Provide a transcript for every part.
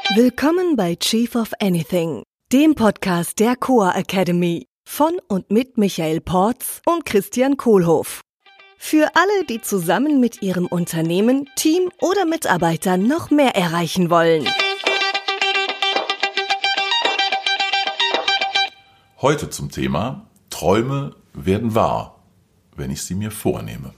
Willkommen bei Chief of Anything, dem Podcast der Coa Academy von und mit Michael Porz und Christian Kohlhoff. Für alle, die zusammen mit ihrem Unternehmen, Team oder Mitarbeitern noch mehr erreichen wollen. Heute zum Thema: Träume werden wahr, wenn ich sie mir vornehme.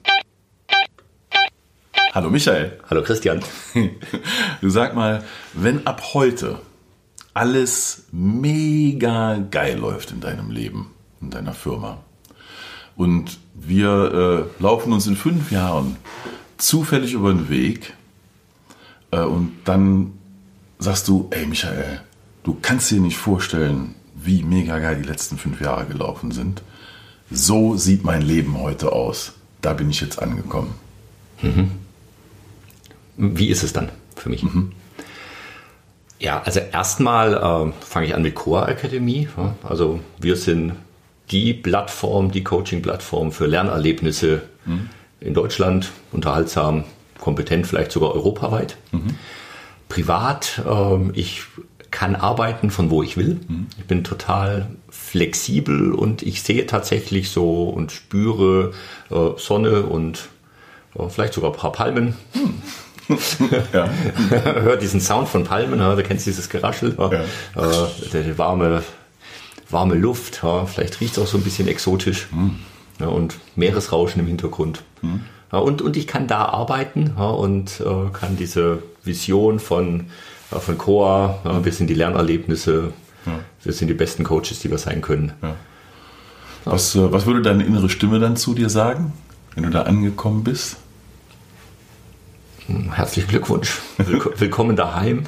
Hallo Michael. Hallo Christian. Du, sag mal, wenn ab heute alles mega geil läuft in deinem Leben, in deiner Firma, und wir laufen uns in 5 Jahren zufällig über den Weg, und dann sagst du: Ey Michael, du kannst dir nicht vorstellen, wie mega geil die letzten 5 Jahre gelaufen sind. So sieht mein Leben heute aus. Da bin ich jetzt angekommen. Mhm. Wie ist es dann für mich? Mhm. Ja, also erstmal fange ich an mit Coa Academy. Ja. Also wir sind die Plattform, die Coaching-Plattform für Lernerlebnisse in Deutschland, unterhaltsam, kompetent, vielleicht sogar europaweit. Mhm. Privat, ich kann arbeiten, von wo ich will. Ich bin total flexibel und ich sehe tatsächlich so und spüre Sonne und vielleicht sogar ein paar Palmen. Ja. Hört diesen Sound von Palmen, da kennst du dieses Geraschel. Ja. Die warme Luft, vielleicht riecht es auch so ein bisschen exotisch. Ja, und Meeresrauschen im Hintergrund. Ja, und ich kann da arbeiten und kann diese Vision von Coa, wir sind die Lernerlebnisse, wir sind die besten Coaches, die wir sein können. Ja. Was würde deine innere Stimme dann zu dir sagen, wenn du da angekommen bist? Herzlichen Glückwunsch, willkommen daheim.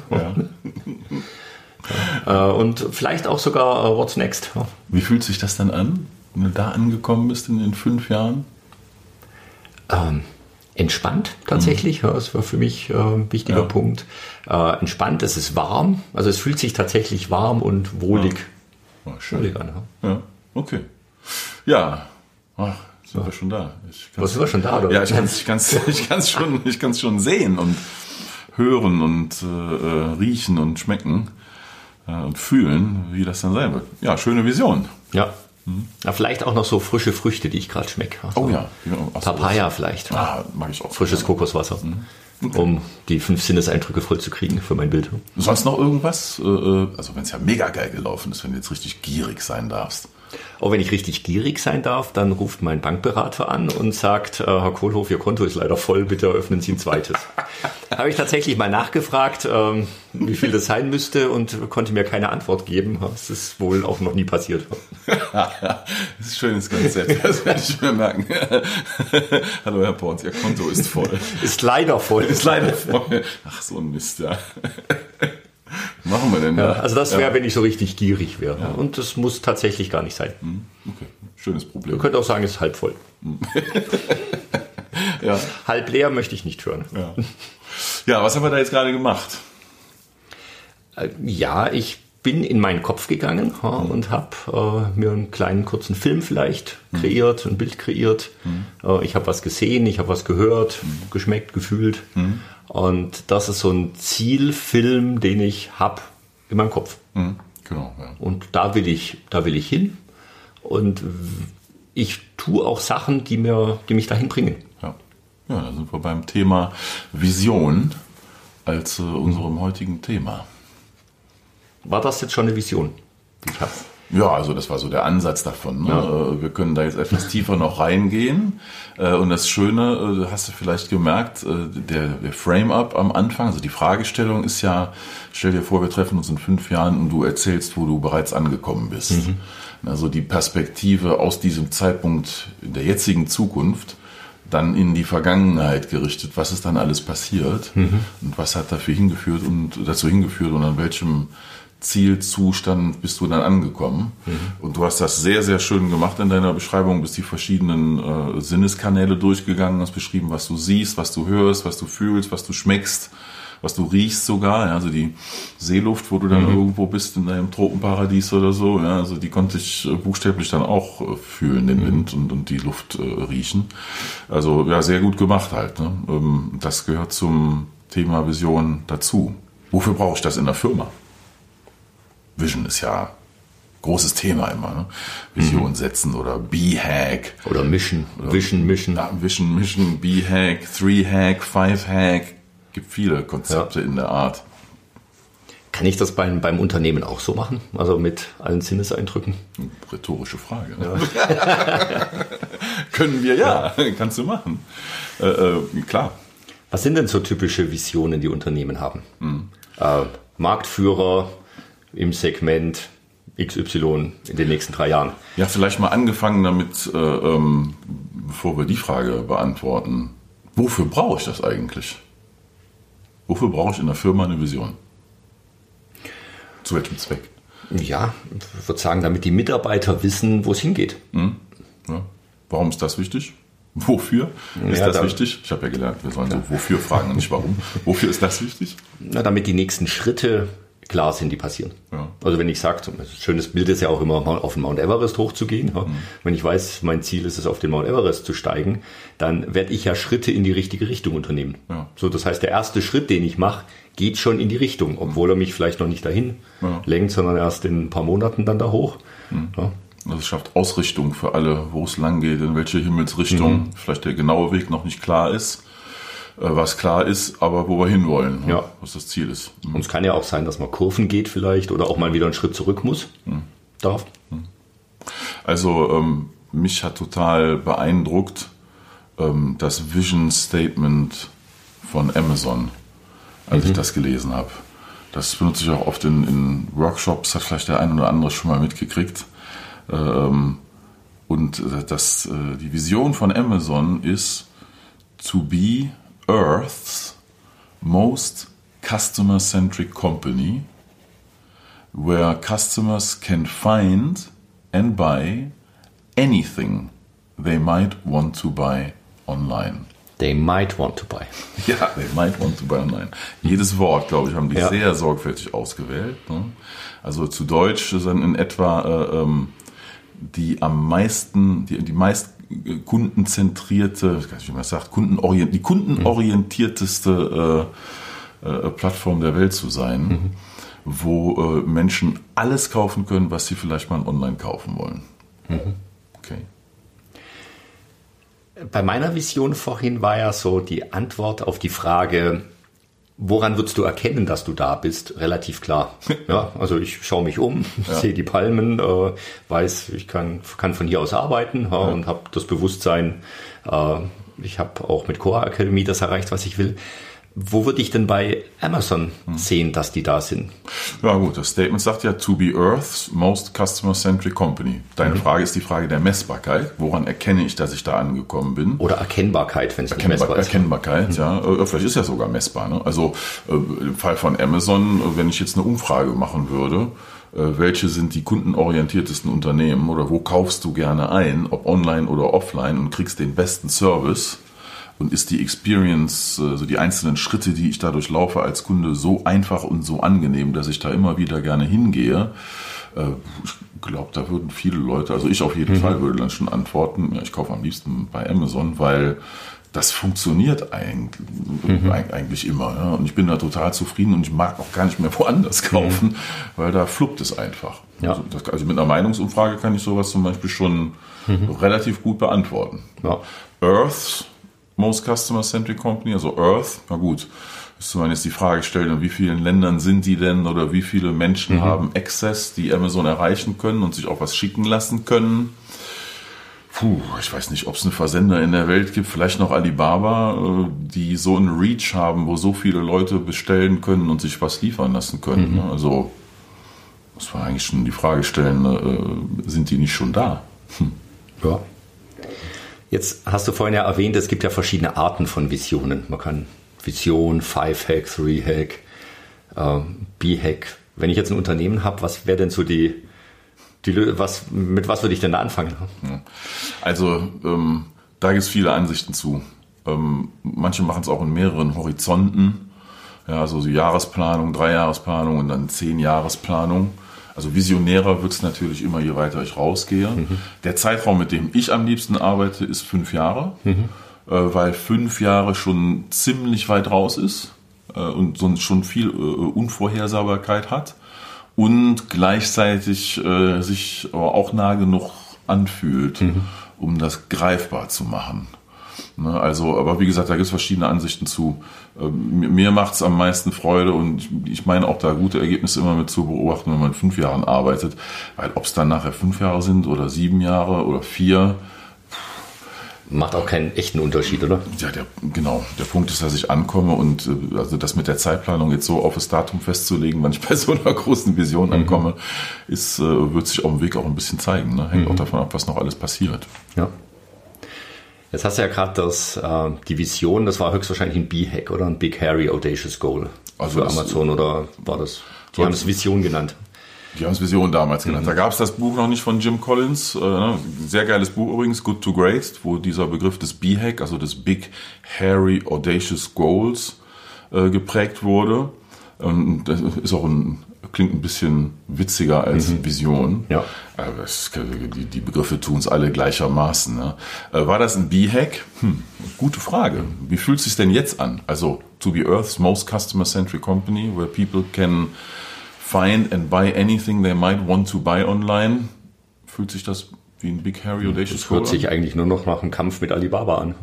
Ja. Und vielleicht auch sogar what's next. Wie fühlt sich das dann an, wenn du da angekommen bist in den 5 Jahren? Entspannt tatsächlich, das war für mich ein wichtiger Punkt. Entspannt, es ist warm, also es fühlt sich tatsächlich warm und wohlig, wohlig an. Ja, okay. Ja, sind wir schon da. Sind wir schon da, oder? Ja, ich kann's schon sehen und hören und riechen und schmecken und fühlen, wie das dann sein wird. Ja, schöne Vision. Ja. Ja, vielleicht auch noch so frische Früchte, die ich gerade schmecke. Also oh ja. Papaya vielleicht. Mag ich auch. Frisches Kokoswasser, okay. Um die 5 Sinneseindrücke voll zu kriegen für mein Bild. Sonst noch irgendwas? Also wenn es ja mega geil gelaufen ist, wenn du jetzt richtig gierig sein darfst. Auch wenn ich richtig gierig sein darf, dann ruft mein Bankberater an und sagt: Herr Kohlhoff, Ihr Konto ist leider voll, bitte eröffnen Sie ein zweites. Da habe ich tatsächlich mal nachgefragt, wie viel das sein müsste, und konnte mir keine Antwort geben. Das ist wohl auch noch nie passiert. Das ist ein schönes Konzept, das werde ich mir merken. Hallo Herr Porz, Ihr Konto ist voll. Ist leider voll. Ach, so ein Mist, ja. Machen wir denn? Ja, also das wäre, wenn ich so richtig gierig wäre. Ja. Und das muss tatsächlich gar nicht sein. Okay, schönes Problem. Man könnte auch sagen, es ist halb voll. Ja. Halb leer möchte ich nicht hören. Ja, was haben wir da jetzt gerade gemacht? Ja, ich bin in meinen Kopf gegangen und habe mir einen kleinen kurzen Film vielleicht kreiert, ein Bild kreiert. Ich habe was gesehen, ich habe was gehört, geschmeckt, gefühlt. Und das ist so ein Zielfilm, den ich habe in meinem Kopf. Genau, ja. Und da will ich hin. Und ich tue auch Sachen, die mich dahin bringen. Ja, da sind wir beim Thema Vision als unserem heutigen Thema. War das jetzt schon eine Vision, die ich habe? Ja, also das war so der Ansatz davon. Ne? Ja. Wir können da jetzt etwas tiefer noch reingehen. Und das Schöne, hast du vielleicht gemerkt, der Frame-up am Anfang, also die Fragestellung ist ja: Stell dir vor, wir treffen uns in 5 Jahren und du erzählst, wo du bereits angekommen bist. Also die Perspektive aus diesem Zeitpunkt in der jetzigen Zukunft dann in die Vergangenheit gerichtet. Was ist dann alles passiert und was hat dazu hingeführt und an welchem Zielzustand bist du dann angekommen. Und du hast das sehr, sehr schön gemacht in deiner Beschreibung, bist die verschiedenen Sinneskanäle durchgegangen, hast beschrieben, was du siehst, was du hörst, was du fühlst, was du schmeckst, was du riechst sogar. Ja, also die Seeluft, wo du dann irgendwo bist in deinem Tropenparadies oder so, ja, also die konnte ich buchstäblich dann auch fühlen, den Wind und die Luft riechen. Also ja, sehr gut gemacht halt. Ne? Das gehört zum Thema Vision dazu. Wofür brauche ich das in der Firma? Vision ist ja großes Thema immer. Ne? Vision setzen oder B-Hack. Oder Mission. Vision, Mission. Ja, Vision, Mission, B-Hack, 3-Hack, 5-Hack. Gibt viele Konzepte in der Art. Kann ich das beim Unternehmen auch so machen? Also mit allen Sinneseindrücken? Rhetorische Frage. Ne? Ja. Können wir, ja. Kannst du machen. Klar. Was sind denn so typische Visionen, die Unternehmen haben? Marktführer im Segment XY in den nächsten 3 Jahren. Ja, vielleicht mal angefangen damit, bevor wir die Frage beantworten. Wofür brauche ich das eigentlich? Wofür brauche ich in der Firma eine Vision? Zu welchem Zweck? Ja, ich würde sagen, damit die Mitarbeiter wissen, wo es hingeht. Ja. Warum ist das wichtig? Wofür ist das wichtig? Ich habe ja gelernt, wir sollen so wofür fragen und nicht warum. Wofür ist das wichtig? Na, damit die nächsten Schritte klar sind, die passieren. Ja. Also wenn ich sage, ein schönes Bild ist ja auch immer, auf den Mount Everest hochzugehen. Ja. Wenn ich weiß, mein Ziel ist es, auf den Mount Everest zu steigen, dann werde ich ja Schritte in die richtige Richtung unternehmen. Ja. So, das heißt, der erste Schritt, den ich mache, geht schon in die Richtung, obwohl er mich vielleicht noch nicht dahin lenkt, sondern erst in ein paar Monaten dann da hoch. Ja. Das schafft Ausrichtung für alle, wo es lang geht, in welche Himmelsrichtung vielleicht der genaue Weg noch nicht klar ist. Was klar ist, aber wo wir hinwollen, was das Ziel ist. Und es kann ja auch sein, dass man Kurven geht vielleicht oder auch mal wieder einen Schritt zurück muss. Darf. Also mich hat total beeindruckt das Vision Statement von Amazon, als ich das gelesen habe. Das benutze ich auch oft in Workshops, hat vielleicht der ein oder andere schon mal mitgekriegt. Und die Vision von Amazon ist to be Earth's most customer-centric company, where customers can find and buy anything they might want to buy online. They might want to buy. Ja, they might want to buy online. Jedes Wort, glaube ich, haben die sehr sorgfältig ausgewählt. Ne? Also zu Deutsch sind in etwa die meist kundenzentrierte, ich weiß nicht, wie man das sagt, die kundenorientierteste Plattform der Welt zu sein, wo Menschen alles kaufen können, was sie vielleicht mal online kaufen wollen. Okay. Bei meiner Vision vorhin war ja so die Antwort auf die Frage, woran würdest du erkennen, dass du da bist, relativ klar. Ja, also ich schaue mich um, sehe die Palmen, weiß, ich kann von hier aus arbeiten und habe das Bewusstsein, ich habe auch mit Core Academy das erreicht, was ich will. Wo würde ich denn bei Amazon sehen, dass die da sind? Ja gut, das Statement sagt ja, to be Earth's most customer-centric company. Deine Frage ist die Frage der Messbarkeit. Woran erkenne ich, dass ich da angekommen bin? Oder Erkennbarkeit, wenn es nicht messbar ist. Erkennbarkeit, ja. Vielleicht ist ja sogar messbar. Ne? Also im Fall von Amazon, wenn ich jetzt eine Umfrage machen würde, welche sind die kundenorientiertesten Unternehmen oder wo kaufst du gerne ein, ob online oder offline und kriegst den besten Service, und ist die Experience, also die einzelnen Schritte, die ich dadurch laufe als Kunde, so einfach und so angenehm, dass ich da immer wieder gerne hingehe. Ich glaube, da würden viele Leute, also ich auf jeden Fall würde dann schon antworten, ja, ich kaufe am liebsten bei Amazon, weil das funktioniert eigentlich immer. Ja? Und ich bin da total zufrieden und ich mag auch gar nicht mehr woanders kaufen, weil da fluppt es einfach. Ja. Also mit einer Meinungsumfrage kann ich sowas zum Beispiel schon relativ gut beantworten. Ja. Earth's most customer-centric company, also Earth, na gut, müsste man jetzt die Frage stellen, in wie vielen Ländern sind die denn oder wie viele Menschen haben Access, die Amazon erreichen können und sich auch was schicken lassen können. Ich weiß nicht, ob es einen Versender in der Welt gibt, vielleicht noch Alibaba, die so einen Reach haben, wo so viele Leute bestellen können und sich was liefern lassen können. Also muss man eigentlich schon die Frage stellen, sind die nicht schon da? Ja. Jetzt hast du vorhin ja erwähnt, es gibt ja verschiedene Arten von Visionen. Man kann Vision, 5-Hack, 3-Hack, B-Hack. Wenn ich jetzt ein Unternehmen habe, was wäre denn so mit was würde ich denn da anfangen? Also da gibt es viele Ansichten zu. Manche machen es auch in mehreren Horizonten. Ja, also die Jahresplanung, 3-Jahresplanung und dann 10-Jahresplanung. Also visionärer wird es natürlich immer, je weiter ich rausgehe. Der Zeitraum, mit dem ich am liebsten arbeite, ist 5 Jahre, weil 5 Jahre schon ziemlich weit raus ist. und sonst schon viel Unvorhersehbarkeit hat und gleichzeitig sich aber auch nah genug anfühlt, um das greifbar zu machen. Ne, also, aber wie gesagt, da gibt es verschiedene Ansichten zu. Mir macht es am meisten Freude und ich meine auch da gute Ergebnisse immer mit zu beobachten, wenn man in 5 Jahren arbeitet, weil ob es dann nachher 5 Jahre sind oder 7 Jahre oder 4, macht auch keinen echten Unterschied, oder? Ja, der Punkt ist, dass ich ankomme und also das mit der Zeitplanung jetzt so auf das Datum festzulegen, wann ich bei so einer großen Vision ankomme, wird sich auf dem Weg auch ein bisschen zeigen. Ne? Hängt auch davon ab, was noch alles passiert. Ja. Jetzt hast du ja gerade die Vision, das war höchstwahrscheinlich ein B-Hack, oder? Ein Big Hairy Audacious Goal also für Amazon, oder war das? Die haben es Vision genannt. Die haben es Vision damals genannt. Da gab es das Buch noch nicht von Jim Collins. Sehr geiles Buch übrigens, Good to Great, wo dieser Begriff des B-Hack, also des Big Hairy Audacious Goals, geprägt wurde. Das ist auch klingt ein bisschen witziger als Vision. Ja. Die Begriffe tun es alle gleichermaßen. Ne? War das ein B-Hack? Gute Frage. Wie fühlt es sich denn jetzt an? Also, to be Earth's most customer-centric company, where people can find and buy anything they might want to buy online. Fühlt sich das wie ein Big Hairy Audacious Goal an? Das hört sich eigentlich nur noch nach einem Kampf mit Alibaba an.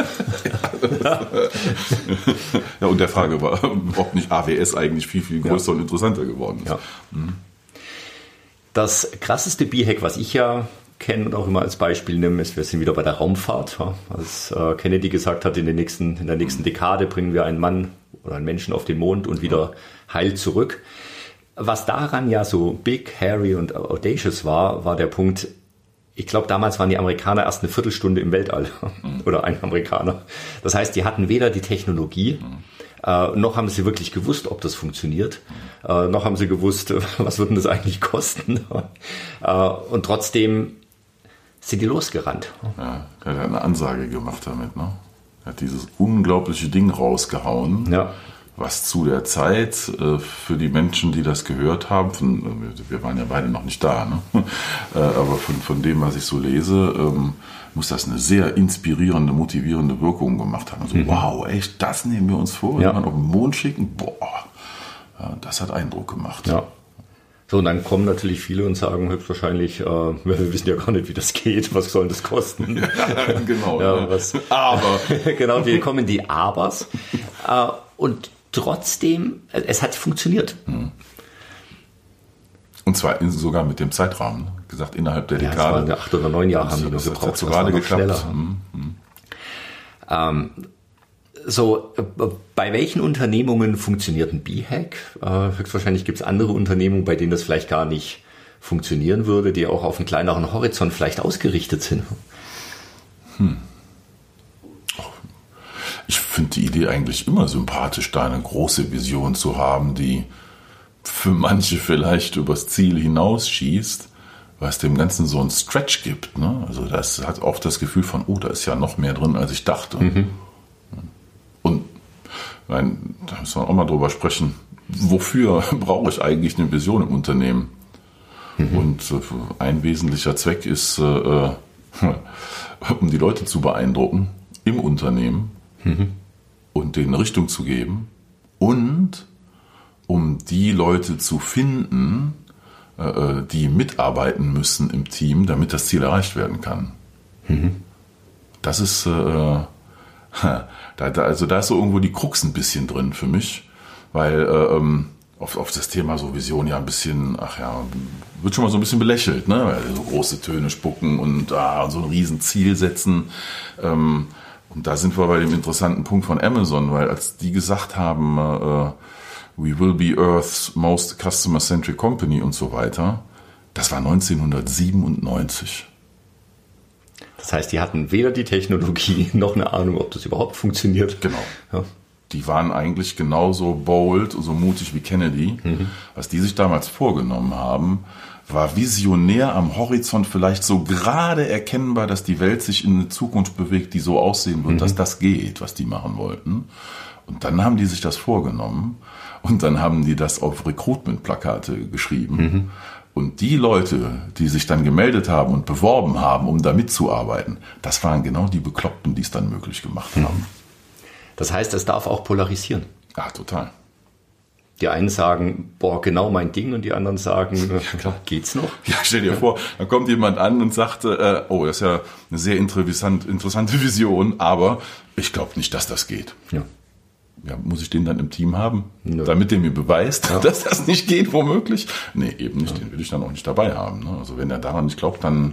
Ja, und der Frage war, ob nicht AWS eigentlich viel, viel größer und interessanter geworden ist. Ja. Das krasseste B-Hack, was ich ja kenne und auch immer als Beispiel nehme, ist, wir sind wieder bei der Raumfahrt. Als Kennedy gesagt hat, in der nächsten Dekade bringen wir einen Mann oder einen Menschen auf den Mond und wieder heil zurück. Was daran ja so big, hairy und audacious war der Punkt, ich glaube, damals waren die Amerikaner erst eine Viertelstunde im Weltall oder ein Amerikaner. Das heißt, die hatten weder die Technologie, noch haben sie wirklich gewusst, ob das funktioniert, noch haben sie gewusst, was würde das eigentlich kosten. Und trotzdem sind die losgerannt. Ja, er hat eine Ansage gemacht damit, ne? Er hat dieses unglaubliche Ding rausgehauen. Ja. Was zu der Zeit für die Menschen, die das gehört haben, wir waren ja beide noch nicht da, ne? Aber von dem, was ich so lese, muss das eine sehr inspirierende, motivierende Wirkung gemacht haben. Also, wow, echt, das nehmen wir uns vor, ja. Wenn wir auf den Mond schicken, boah, ja, das hat Eindruck gemacht. Ja. So, und dann kommen natürlich viele und sagen höchstwahrscheinlich, wir wissen ja gar nicht, wie das geht, was soll das kosten? Ja, genau. Ja, ne? Aber. Genau, hier kommen die Abers. Und trotzdem, es hat funktioniert. Und zwar sogar mit dem Zeitrahmen. Gesagt, innerhalb der Dekade. Das waren 8 oder 9 Jahre haben die noch gebraucht. Das hat gerade geklappt. So, bei welchen Unternehmungen funktioniert ein B-Hack? Höchstwahrscheinlich gibt es andere Unternehmungen, bei denen das vielleicht gar nicht funktionieren würde, die auch auf einen kleineren Horizont vielleicht ausgerichtet sind. Ich finde die Idee eigentlich immer sympathisch, da eine große Vision zu haben, die für manche vielleicht übers Ziel hinausschießt, weil es dem Ganzen so einen Stretch gibt. Ne? Also das hat oft das Gefühl von, oh, da ist ja noch mehr drin, als ich dachte. Und da müssen wir auch mal drüber sprechen, wofür brauche ich eigentlich eine Vision im Unternehmen? Und ein wesentlicher Zweck ist, um die Leute zu beeindrucken im Unternehmen, und denen Richtung zu geben und um die Leute zu finden, die mitarbeiten müssen im Team, damit das Ziel erreicht werden kann. Das ist, da ist so irgendwo die Krux ein bisschen drin für mich, weil auf das Thema so Vision ja ein bisschen, wird schon mal so ein bisschen belächelt, ne? Weil so große Töne spucken und so ein Riesenziel setzen. Und da sind wir bei dem interessanten Punkt von Amazon, weil als die gesagt haben, we will be Earth's most customer-centric company und so weiter, das war 1997. Das heißt, die hatten weder die Technologie noch eine Ahnung, ob das überhaupt funktioniert. Genau. Ja. Die waren eigentlich genauso bold, so mutig wie Kennedy. Was die sich damals vorgenommen haben, war visionär am Horizont vielleicht so gerade erkennbar, dass die Welt sich in eine Zukunft bewegt, die so aussehen wird, dass das geht, was die machen wollten. Und dann haben die sich das vorgenommen und dann haben die das auf Recruitment-Plakate geschrieben. Und die Leute, die sich dann gemeldet haben und beworben haben, um da mitzuarbeiten, das waren genau die Bekloppten, die es dann möglich gemacht haben. Das heißt, es darf auch polarisieren. Ja, total. Die einen sagen, boah, genau mein Ding, und die anderen sagen, geht's noch? Ja, stell dir vor, da kommt jemand an und sagt, oh, das ist ja eine sehr interessante Vision, aber ich glaube nicht, dass das geht. Ja. Ja, muss ich den dann im Team haben, Nö. damit der mir beweist, dass das nicht geht, womöglich? Nee, eben nicht, den will ich dann auch nicht dabei haben. Ne? Also wenn er daran nicht glaubt, dann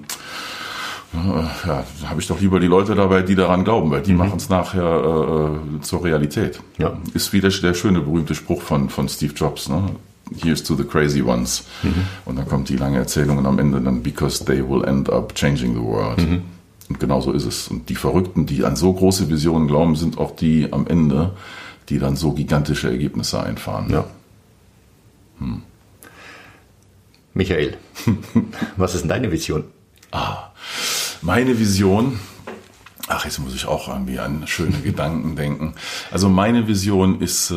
habe ich doch lieber die Leute dabei, die daran glauben, weil die machen es nachher zur Realität. Ja. Ist wieder der schöne, berühmte Spruch von Steve Jobs, ne? Here's to the crazy ones. Und dann kommt die lange Erzählung und am Ende dann, because they will end up changing the world. Und genau so ist es. Und die Verrückten, die an so große Visionen glauben, sind auch die am Ende, die dann so gigantische Ergebnisse einfahren. Ja. Michael, was ist denn deine Vision? Meine Vision, jetzt muss ich auch irgendwie an schöne Gedanken denken. Also meine Vision ist,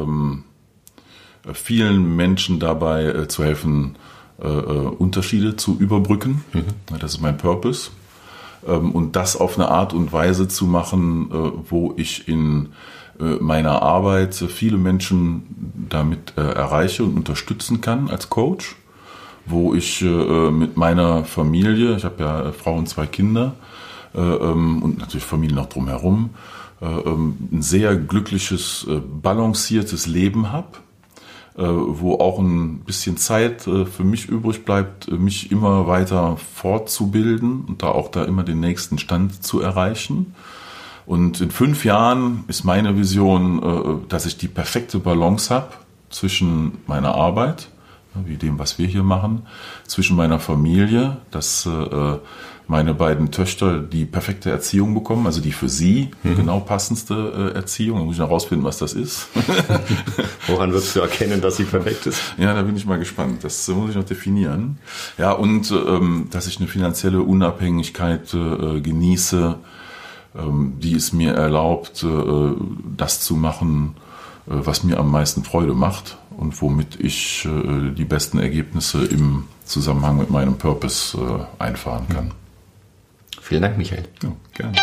vielen Menschen dabei zu helfen, Unterschiede zu überbrücken. Das ist mein Purpose. Und das auf eine Art und Weise zu machen, wo ich in meiner Arbeit viele Menschen damit erreiche und unterstützen kann als Coach, wo ich mit meiner Familie, ich habe ja Frau und 2 Kinder und natürlich Familie noch drumherum, ein sehr glückliches, balanciertes Leben habe, wo auch ein bisschen Zeit für mich übrig bleibt, mich immer weiter fortzubilden und da immer den nächsten Stand zu erreichen. Und in 5 Jahren ist meine Vision, dass ich die perfekte Balance habe zwischen meiner Arbeit, wie dem, was wir hier machen, zwischen meiner Familie, dass meine beiden Töchter die perfekte Erziehung bekommen, also die für sie genau passendste Erziehung. Da muss ich noch rausfinden, was das ist. Woran wirst du erkennen, dass sie perfekt ist? Ja, da bin ich mal gespannt. Das muss ich noch definieren. Ja, und dass ich eine finanzielle Unabhängigkeit genieße, die es mir erlaubt, das zu machen, was mir am meisten Freude macht und womit ich die besten Ergebnisse im Zusammenhang mit meinem Purpose einfahren kann. Vielen Dank, Michael. Ja, gerne.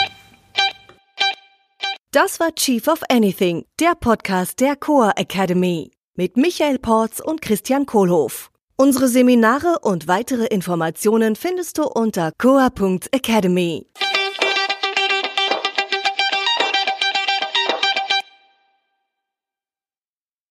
Das war Chief of Anything, der Podcast der Coa Academy mit Michael Porz und Christian Kohlhoff. Unsere Seminare und weitere Informationen findest du unter coa.academy.